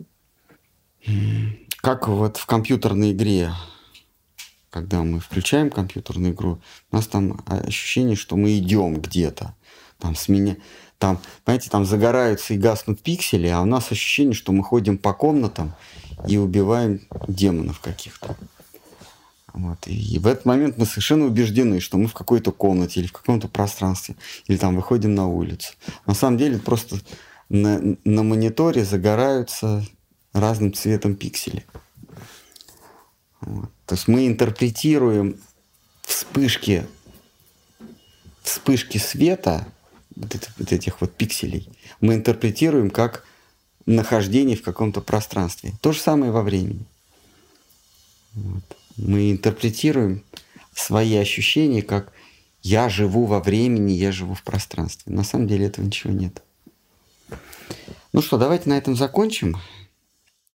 Как вот в компьютерной игре, когда мы включаем компьютерную игру, у нас там ощущение, что мы идем где-то. Там, сменя... там, понимаете, там загораются и гаснут пиксели, а у нас ощущение, что мы ходим по комнатам и убиваем демонов каких-то. Вот. И в этот момент мы совершенно убеждены, что мы в какой-то комнате или в каком-то пространстве, или там выходим на улицу. На самом деле просто на, на мониторе загораются разным цветом пиксели. Вот. То есть мы интерпретируем вспышки, вспышки света, вот, это, вот этих вот пикселей, мы интерпретируем как нахождение в каком-то пространстве. То же самое во времени. Вот. Мы интерпретируем свои ощущения как «я живу во времени, я живу в пространстве». На самом деле этого ничего нет. Ну что, давайте на этом закончим.